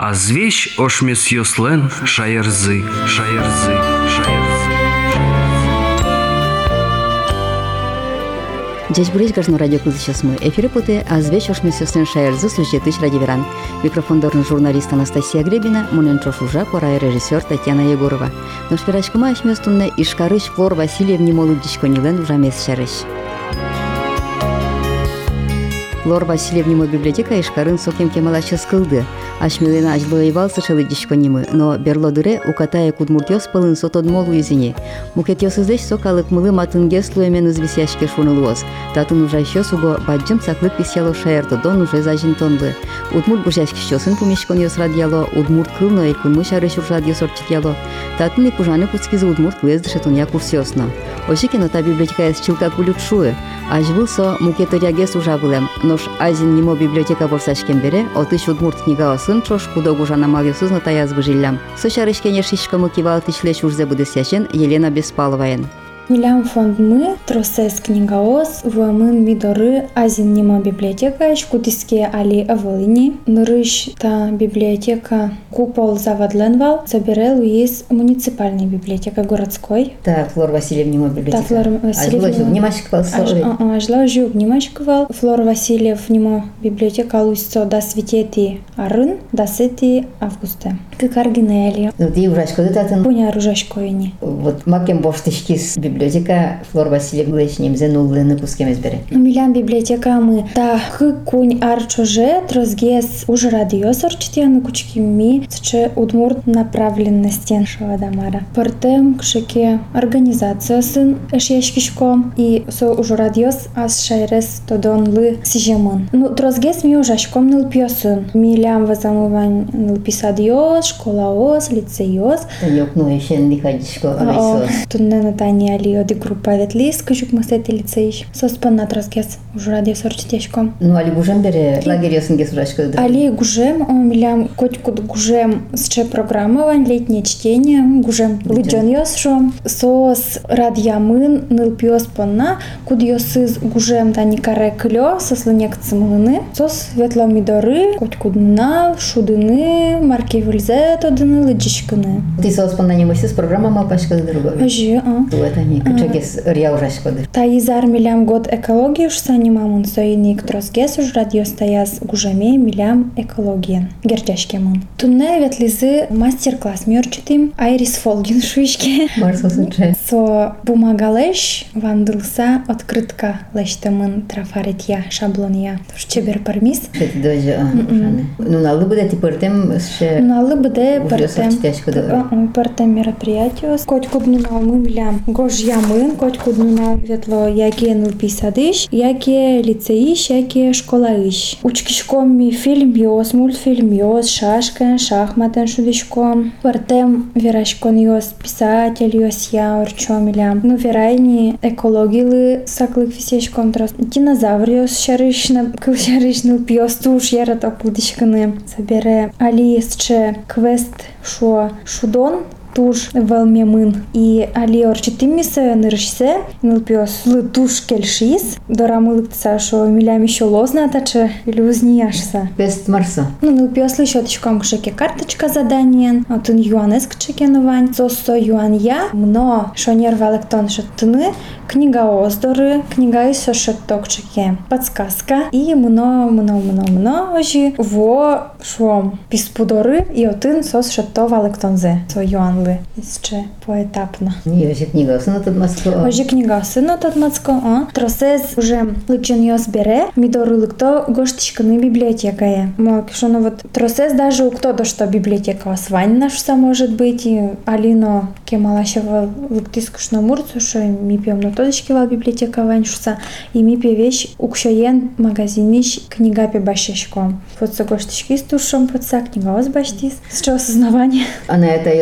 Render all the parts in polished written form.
Азвещ ошмес йослен шаярзы. Здесь брысь гажно радио сейчас мы. Эфиры путы, а звещ ошмес йослен шаярзы слушает тысяч радиоверан. Микрофондорный журналист Анастасия Гребина, муненчо шужа, пора и режиссер Татьяна Егорова. Но шпирачкама ошместунне ишкарыш Флор Васильевне молодичконилен ужамес шарыш. Флор Васильевне библиотека ишкарын сокем кемалача скылды. Ашмилена ажлоевал сышылы дишконимы, но берлодыре укатая кудмуртёс пылын сотодмолу изине. Мукетёс издеш сокалык мылы матынге слуемен извисяшке шунылуоз. Татын уже еще суго баджым саклык висяло шаерто дон уже зажинтонлы. Удмурт гужашки щосын пумешкон ёс радиало, удмурт кылно элькун мышары шуршад ёс орчитяло. Татын и кужаны пуцкизы удмурт клездыше тон якур сёсно. Ошикино та библиотека эс чилка кулюкшуе. Ажвылсо мукеторягес ужабылем, нош азин нимо библиотека борсашкен бере, отыш удмурт книга осын чош кудо гужана малюсызно таяз быжилям. Сошарышкене шишкамы кивал тышлеш урзе будысяшен Елена Беспаловаен. Милям фонд мы, тросес книгаос, вуамын мидоры, азин нема библиотека, шкутиске али аволини, нырыш та библиотека купол завадленвал, заберел есть муниципальная библиотека городской. Та Флор Васильевне библиотека. Та Флор Васильевне. Ажло внимашквал соры. Ажло жук внимашквал. Флор Васильев нема библиотека лусцо да светети арын, да сети августа. Как аргинели. Ну ты ужашко дататын. Пуня ружашкоини. Вот макем боштышкис библиотека Флор Васильевна немзе нулы на кускем избере. Милям библиотека мы та хыкунь арчоже трозгес уже радиос орчитяны кучки ми сче удмурт направленности шавадамара. Портем кшеке организация сын эшешкишком и со уже радиос ас шайрес тодон лы сижемын. Ну трозгес ми ужашком ныл пьосын. Милям возамывань ныл писадиос, школаос, лицеос. Та ёкну еще дихадишко райсос. Тунне натани али оди группа ветлис, кажук масети лицеиш. Соспан на трозгес уже радиос орчитешком. Ну али гужем бере лагерь ёсынгес ужашко. Али гужем, милям котькуд гужем сче программовань, летнее чтение, гужем лыджон ёсшо. Сос радиамын ныл пьос понна, куд ёсыз гужем та никаре клё, сослынек цымлыны. Сос ветло мидоры, котькудна, шудыны, марки выльзе тодыны, лыджишкыны. Ты сос понна не мысис программа малпашко другой. Ажи, Это не качагес ря ужашко. Та изар милям год экологии уж санимамун соиник трозгес уж радиос таяз гужаме милям экология. Гердяшкемын. Тунне ветлизы мастер-класс мёрчитим Айрис Фолгин шуишке. Марсосуче. Со бумагалеш вандылса открытка лештемын трафаретья шаблонья. Чебер пармис. Это даже ну наллы буде типортем ше. Наллы буде партем мероприятие. Котькудну мы милям гожьямын, котькудну ветло яке нылписадыш, яке лицеиш, яке школаиш. Учкишком ми фильм ёс, мультфильм ёс, шашкен, шахматен шудишком. Партем верашкон ёс, писатель ёс я орчо милям. Ну верайни экологилы саклык фисешком трос. Динозавр ёс шарышна, шарышныл пьёс туш яраток будишканы. Собере алиесче квест шо шудон. Туш велмемын и али орчитимисе ныршсе нылпиос лытуш кельшис дорамылыктса шо милям еще лозна таче илюзнияшса. Бест Марса. Ну нылпиос лыщоточком кшеке карточка заданиен, тын юанес кчекеновань, сосо юан я, мно шо нервалектон шоттыны, книга оздоры, книга исо шоттокчеке, подсказка и мно ожи во шо писпудоры и отын сос шоттовалектонзе, со юан jeszcze поетапно. Nie, że kniga syno tad Macko. Ожи книга syno tad Macko. Тросез уже лыджен ёс бере, мидоры лыкто гоштишканы библиотекае. Мок шоно вот тросез даже у кто-то что библиотека освань наша может быть и Алино кемалашева лыктискушно мурцу, что ми пьем на тодочки вал библиотека ваньшуса и ми пьем вещь укшоен магазиниш книга пе башешком. Вот со гоштишки с тушом подса книга ос баштис. С чего осознавание? А на это я стодоки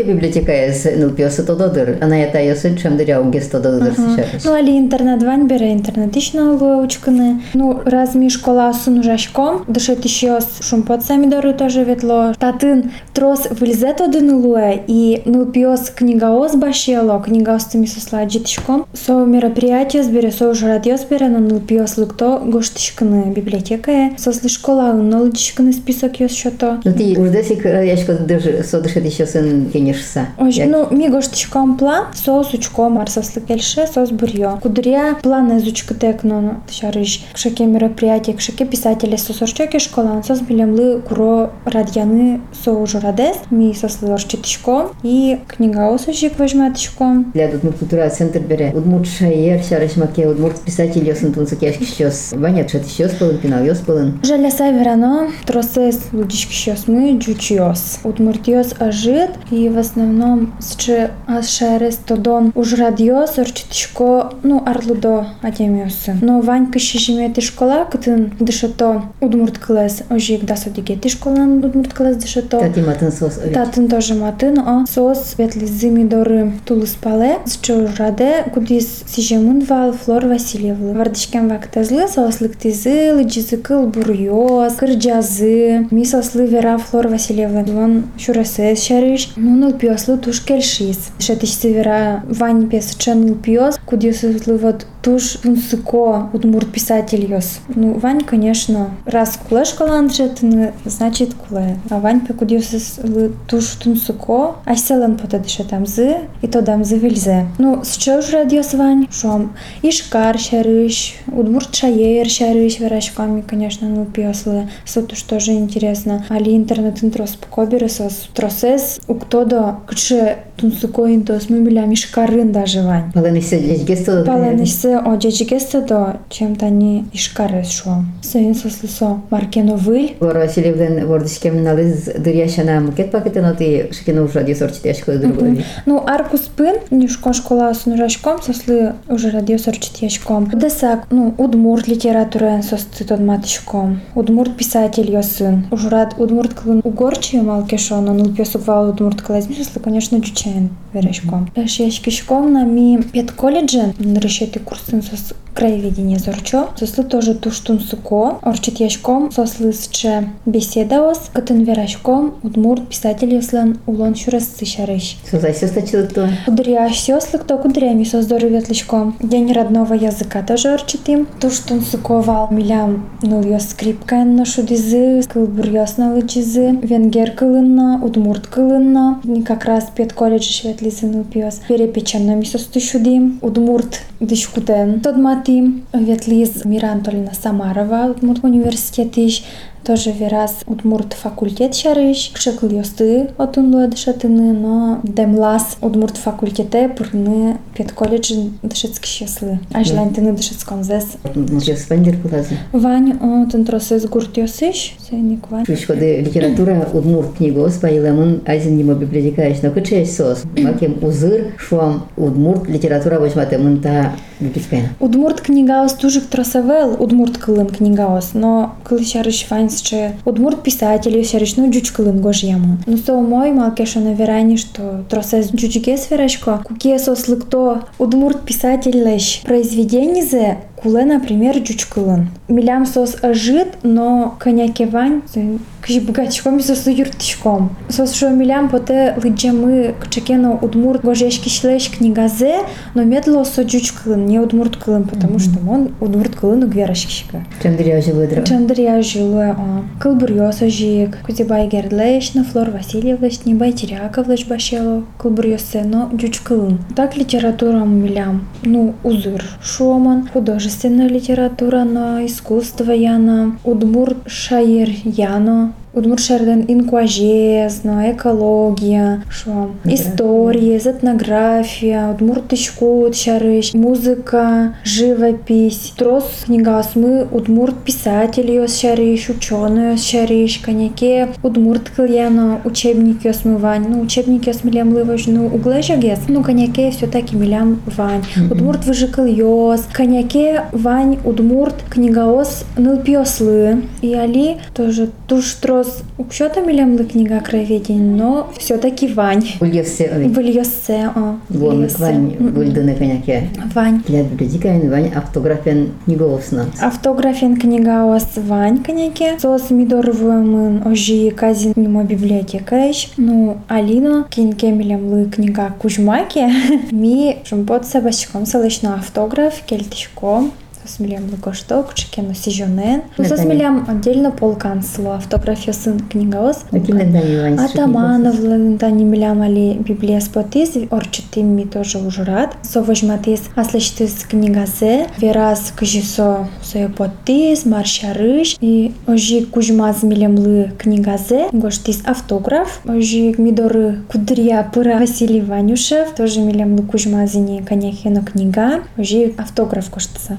Соке библиотека из нылпиосы тододыр. Она это ясын чемдыря угес тододыр сейчас. Ну, али интернет вань бере интернет ично учканы. Ну, разми школа сун жашком, дышет еще шум под сами доры тоже ветло. Татын трос вылезет один луэ, и нылпиос книгаос башело, книгаос тами сосладжитишком. Со мероприятие сбере, со уже радио сбере, но нылпиос лыкто гоштишканы библиотека. Сосли школа налыдишканы список ёс что-то. Ну, ты уже сик яшко даже содышет еще сын кенешса. Ну, ми гоштишком план, со сучком арсосли кельше, со сбурьё. Кудря план изучка текно, шарыш. Кшаке мероприятие, кшаке писатели со сорчоки школа, со сбилемлы куро радьяны со уже радес, ми сосли орчитишком, и книга осужик возьматишком. Для удмурт культура центр бере. Удмурт шаер, шарыш маке, удмурт писатель ёсын тунцук яшки щёс. Ваня чат щёс полын, пинал ёс полын. Жаля саверано, тросес лудички щёс мы, джучиос. Удмуртиос ажит, и в основном сче ашерес тодон уж радиос орчитишко, ну, арлудо атемиосы. Но Ванька щежимети школа, кытын дышато удмурт класс, ожик дасодигети школа удмурт класс дышато. Тати матын сос. Татын тоже матын, а сос ветли зими доры тулус пале, сче уж раде, кудис сижемын вал Флор Васильевлы. Вардышкем вактазлы, сослык тизы, лыджизыкыл бурьёс, кырджазы, ми сослы Вера Флор Васильевлы. Вон шурасес шарыш, ну нылпиослы туш кельшис. Шетишсы Вера Вань пес чен нылпиос, кудис вот туш тунсыко удмурт писатель ёс. Ну, Вань, конечно, раз куле школан дышетыны, значит куле. А Вань пекудис туш тунсыко, а селен потадыше тамзы, и то дамзы вильзе. Ну, с чего же радиос Вань? Шом ишкар шарыш, удмурт шаер шарыш, верашками, конечно, ну, пиослы. Соту что же интересно. Али интернет-интрос покобересос, тросес, у кто-то, кше тунсыко интос, мы милям ишкарын даже Вань. Паленысе гесто. Паленысе о джеджигесто до чем-то не ишкарес шо. Сейн сослысо маркено выль. Флор Васильевлен вордышкем налыз дыряшана мукет пакетен, но ты шкину уже радиос орчитяшко другой. Ну, аркус пын, нишко школа сунурашком, сосли уже радиос орчитяшком. Десак, ну, удмурт литература состы тот матышком. Удмурт писатель ёсын. Ужурат удмурт клын угорчию малкешо, но нылпёсук вал удмурт клазми, сосли, конечно, джучен верешком. Шешкишком нами пет колледжен, решеты курсын сос краеведение зорчо. Сосли тоже туштун суко, орчитяшком, сосли сче беседаос, катын верашком, удмурт писатель ёслан улон шурасцы шарыш. Созай состачил кто? Кудря сёслык, то кудрями создоры ветличком. День родного языка тоже орчитым. Туштун суковал милям нул ёс скрипка на шудизы, кылбур ёс на лычизы, венгер кылынна, удмурт кылынна. Как раз пет колледж шветлизы нул пьёс. Перепеченно мисосту шудим, удмурт дышкутен. Тодматим, ветлиз Мира Анатольевна Самарова, удмурт университетиш. Тоже верас удмурт факультет шарыш, кшекл ёсты отун луэдышатыны, но демлас удмурт факультете пырны пет колледж дышецки шеслы. Ажлань тыны дышецком зес. Мутёс спандер кулазы. Вань, он тросес гурт ёсыш, сейник Вань. Шкоды литература удмурт книгос, паилемун азин нимо библиотекаеш, но кычеш сос. Макем узыр, шуам удмурт литература возьматемун та библиотекаена. Удмурт книгаос тужик тросавел, удмурт кылын книгаос, но кылы шарыш Вань сче удмурт писатель шарыш, ну джуч кылын гожьяму. Ну со мой малкешо на верани, что тросес джучгес верашко, куке сослык то удмурт писатель лещ. Произведение зе куле, например, джучкылын. Милям сос ажит, но коняке Вань, кшибгачком и сосу юртичком. Сос шо милям поте лыджамы кчекено удмурт гожешки шлещ книгазе, но медло со джучкылын, не удмурт кылын, потому что он удмурт кылын угверашкишка. Чандыря жилы дрова. Чандыря жилы, кылбурьёс ожик, кузибай гердлещна, Флор Васильевлещ, небай Теряковлещ башело, кылбурьёсе, но джучкылын. Так литература милям, ну, узыр шоман, художественная литература, но искусство яна, удмурт шаер яно, удмурт шарден инкуажезно, экология, шо, история, этнография, удмурт тышкут шарыш, музыка, живопись, трос книгас мы, удмурт писатель ёс шарыш, ученый ёс шарыш, коняке, удмурт кыльяно, учебник ёс мы Вань, ну учебник ёс милям лываш, ну углежа гес, ну коняке все-таки милям Вань, удмурт выжикал ёс, коняке Вань, удмурт книгаос нылпиослы, и али тоже туш тро Сос укшота милямлы книга краеведения, но все-таки Вань. Ульёссе овет. Выльёссе, Глоннык Вань, Гульдыны коняке. Вань. Для библиотекаин Вань автографен книголосна. Автографен книгаос Вань коняке. Сос мидоровуемын ожи казин нимо библиотекаиш. Ну, Алино кинке милямлы книга Кузьмаке. Ми шумпот собачком салышно автограф кельтишком. Сосмилям лукошток, чекену сижонен. Сосмилям отдельно полканцло автография сын книгаос. Атаманов лентани милям али библия спотис, орчатим ми тоже ужрат. Совожматис аслыштис книгазе, верас кжисо соепотис, маршарыш. И ожи кужмаз милямлы книгазе, гоштис автограф. Ожи мидоры кудрия пыра Василий Ванюшев, тоже милямлы кужмазини коняхено книга. Ожи автограф коштса.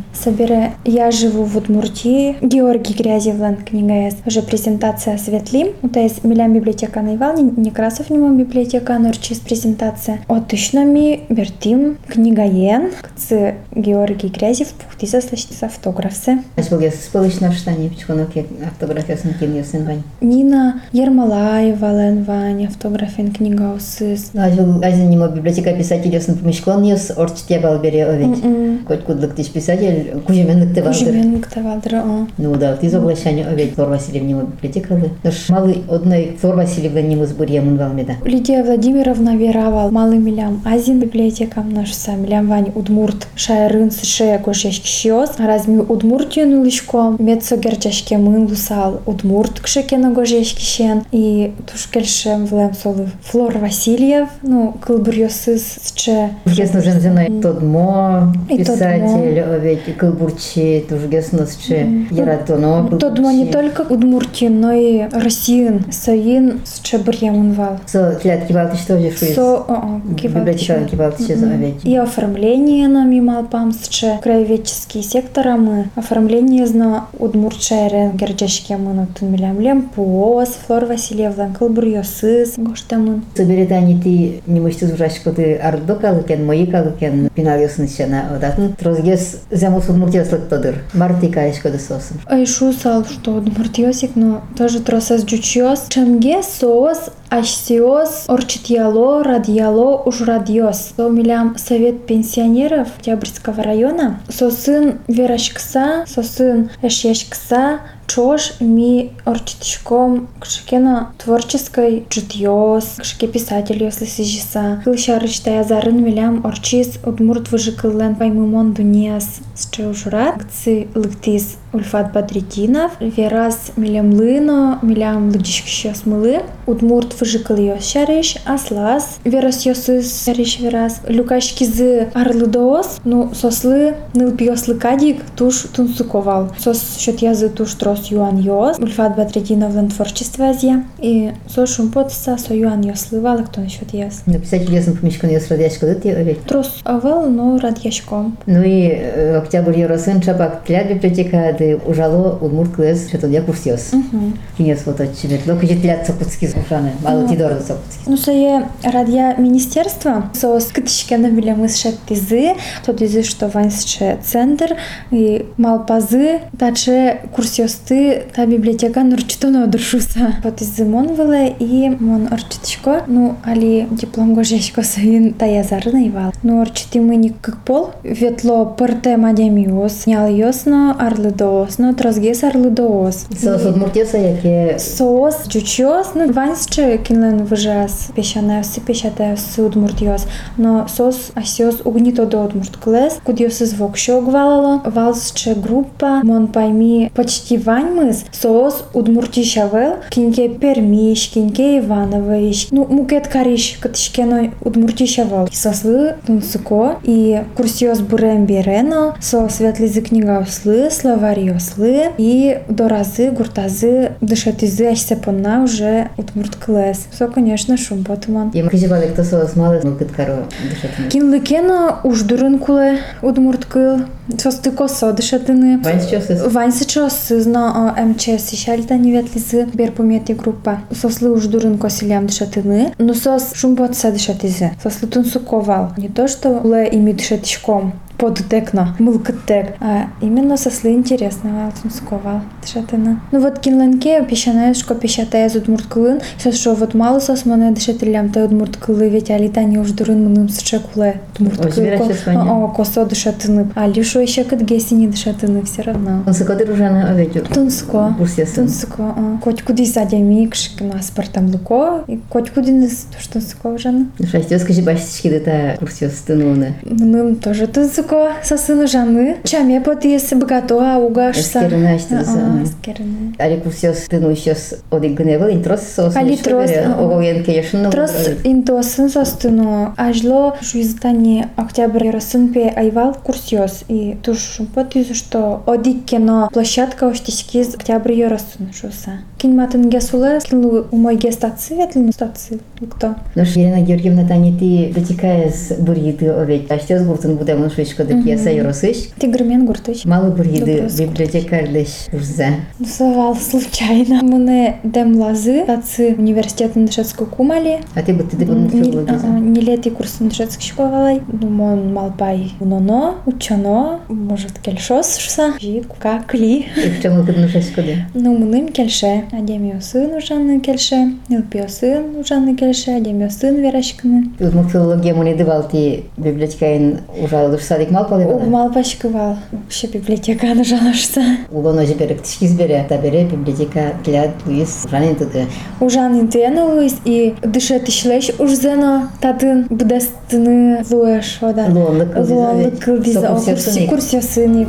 Я живу в Удмуртии. Георгий Грязевлан книга есть. Уже презентация светлим. То есть милям библиотека наивал, Некрасов нема библиотека, норчис презентация. Отышнами вертим книга ен. Кцы Георгий Грязев пухтиса слышится автографсы. Спылычна в штане, пчконоке автография сын ясын Вань. Нина Ермолаева лен Вань автографен книга усыс. Азин нема библиотека писатель ясын помешклон яс орчтя балбере овет. Хоть кудлык тиш писатель Кузьменлыкты валдыр. Кузьменлыкты валдыр, Ну да, ты заглашание овет Флор Васильевна библиотекалы. Наш малый одной Флор Васильевна не музбурья мунвалмеда. Лидия Владимировна веровал малый милям азин библиотекам наш сам милям Вань Удмурт шайрын сше кошешки щиос. Разми Удмуртию нулышко мецо герчашке мын лусал Удмурт кшекена гожешки щен. И тушкельшем влем солы Флор Васильев, ну кылбурьосыз сше. Ясно земзеной Тодмо писатель овет Кылбурчи, тужгесно сше Яратоно. Тодмо не только Удмуртию, но и Россиин, Соин сше бурьямунвал. Со тлят кибалты что же шуиз? Библиотека кибалты что за овет? И оформление на мимал пам сше краеведческие сектора мы. Оформление зна Удмурт шайрен герджашке мы на тунмилям Лемпуос, Флор Васильевна, Кылбурьосыз, гоштамын. Соберетани ты не можешь звучать, что ты ардо калыкен, мои калыкен, пинал ясны одатн. Трозгес замус Удмуртиослык тодыр. Мартика ешко десосым. Айшу сал, что Удмуртиосик, но тоже тросас джучиос. Чемге соос Ашсиос, Орчитьяло, Радьяло, Ужрадьос. То милям совет пенсионеров Октябрьского района. Сосын Верашкса, сосын Эшешкса, Чош ми орчитишком кшекена творческой джитьос, кшеке писатель если сижиса. Кылшарыштая зарын милям орчис Удмурт выжикылен паймымон дуниас с чеужурат. Кцы лыктис Ульфат Бадридинов, Верас милям лыно, милям лыджишкшиос мылы. Удмурт выжикыл йос шарыш, аслас. Верас йосыз шарыш верас. Люкашкизы арлыдоос, ну сослы нылпиослы кадик туш тунсуковал. Сос счет язы туш трос Юан Йос, Ульфат Бадридиновлен творчество азия. И со шумпотса со Юан Йос лывал, кто насчет яс. Написатель ясен помешкан яс радяшко дыт я овет. Трос авал, но радяшком. Ну и Октябрь Йоросын чапак тля библиотека ды ужало Удмурт клэс шетон я курсиос. Кинес вот отчиметло, кыжи тля цокутски зушаны, мало тидор цокутски. Ну сое радия министерство, со скытышкена милям исшет тизы, то тизы, что ваньсше центр, и малпазы, таче курсиосты та библиотека нурчтона одуршуса. Вот из зимон выле и мон орчитышко, ну али диплом гожешко соин та язарна ивал. Ну орчити мы не как пол, ветло порте мадямиос, нял йосно арлыдоос, но трозгес арлыдоос. Соос Удмуртиоса яке... Соос джучиос, ну ваньсче кинлен выжас пешанеос, пешатеос Удмуртиос, но соос асиос угнито до Удмурт клэс, кудиос из вокшо гвалало, валсче группа, мон пойми почти ваньмыз, соос Удмуртишавел, киньке Пермиш, киньке Иванович, ну мукет кариш, катышкено Удмуртишавел. Сослы тунсуко, и курсиос бурем берено, соос светлизы книга услы, словари услы, и доразы, гуртазы, дышатизы, ашсепонна уже Удмурт клэс. Все, конечно, шум потман. Я мкижевали, кто соос малы, мукет каро дышатыны. Кинлыкена уждурын куле Удмурт кыл, состыко со дышатыны. Ваньсычос сызно МЧС ишальта неветлизы берпумети группа. Сослы уждурын косилям дышатыны, но сос шумпотса дышатизы. Сослы тунсуковал. Не то, что ле ими дышатишком. подутекно, мылкыттек. А именно сосли интересного Тунского. Дышатына. Ну вот кинланке пищаная, что пищатая из удмурткылын. Сейчас что вот мало сосмана дышателям та удмурткылы, ведь алитани уж дурын мыным сычекуле. Удмурткылы. Косо дышатыны. А лишь еще кыдгеси не дышатыны все равно. Тунско дружана овечу. Тунско. Курсесын. Тунско. Коть куди садями на спортом луко. И коть куди что Тунско уже. Шастё, скажи, башечки, это курсес тынулы. Мыным тоже Тунско сосыны жаны. Чаме под если богато, а угашса. Скерны аштызы. Скерны. Али курсес тыну сейчас одигневыл, интрос сос. Али трос. Оговенке яшын. Трос интосын состыну. Ажло жуиздание октябрь расын пе айвал курсес. И туш под из что одиккено площадка оштички октябрь расын шуса. Кинматын гесуле, слину умой гестации, ветлину стации. Кто? Ну что, Елена Георгиевна, тани ты дотекая с бурьиты овечь. А что с гуртын будем швечко до пьеса и росыш? Тигрмен гуртыч. Мало бурьиды библиотекардыш урзе. Завал случайно. Мне дем лазы, отцы университет Ndышецкую кумали. А ты бы ты филологиза? Не лети курс Ndышецкий школалай. Думон малпай уноно, учено, может кельшос шса. Жик, кли. И в чем вы Ndышецкую? Ну, мыным кельше. Адемио сын ужанный кельше. Илпио сын ужанный кельше. Адемио сын верашкины. И вот филология мне давал ты библиотекаин ужал душ садик малпали была? Малпашкывал. Вообще библиотека ужалашса. Улоно же берег тишки сбере. Табере библиотека для Луис ужанин туды. Ужанин туяна Луис и дышет ишлеш ужзено татын будастыны луэш вода. Луанлык кылдиза. Курсёсыни.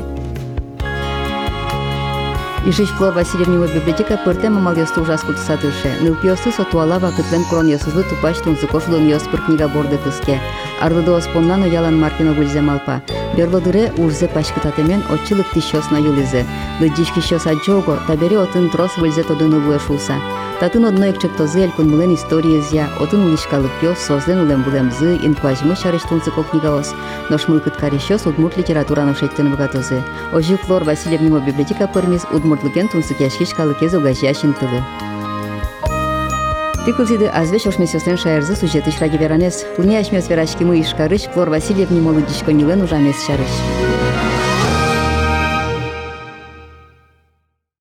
Ишиш Флор Васильевнева библиотека пыртема малёсты ужаску тысатыше. Нылпиосы сотуалава кытлен крон ясузлы тупаш тунзыкошлын ёспыр книга борды тыске. Ардыдо споннано ялан Маркина гульзе малпа. Берлодыре ужзе пашкытатемен отчылык тищосна юлизе. Лыджишки щос аджого, табери отын трос выльзе тодыны вуэшуса. Татын одно екчектозы элькун мылен историезя, отын улишкалык пёс созден улем булемзы, инкуажмы шарыш тунзыко книгаос. Нош мылкыткари щос удмурт литератураны шеттен богатозы. Ожи Флор Васильевнева библиотека пырмиз удмуртлыкен тунсыкяшкишкалыке зогащащин тылы. Тыкылзиды азвеш ошмесёстен шаярзы сюжетыш ради веранес. Туни ашмес верашкимы ишкарыш Флор Васильевне молодичко нилен ужамес шарыш.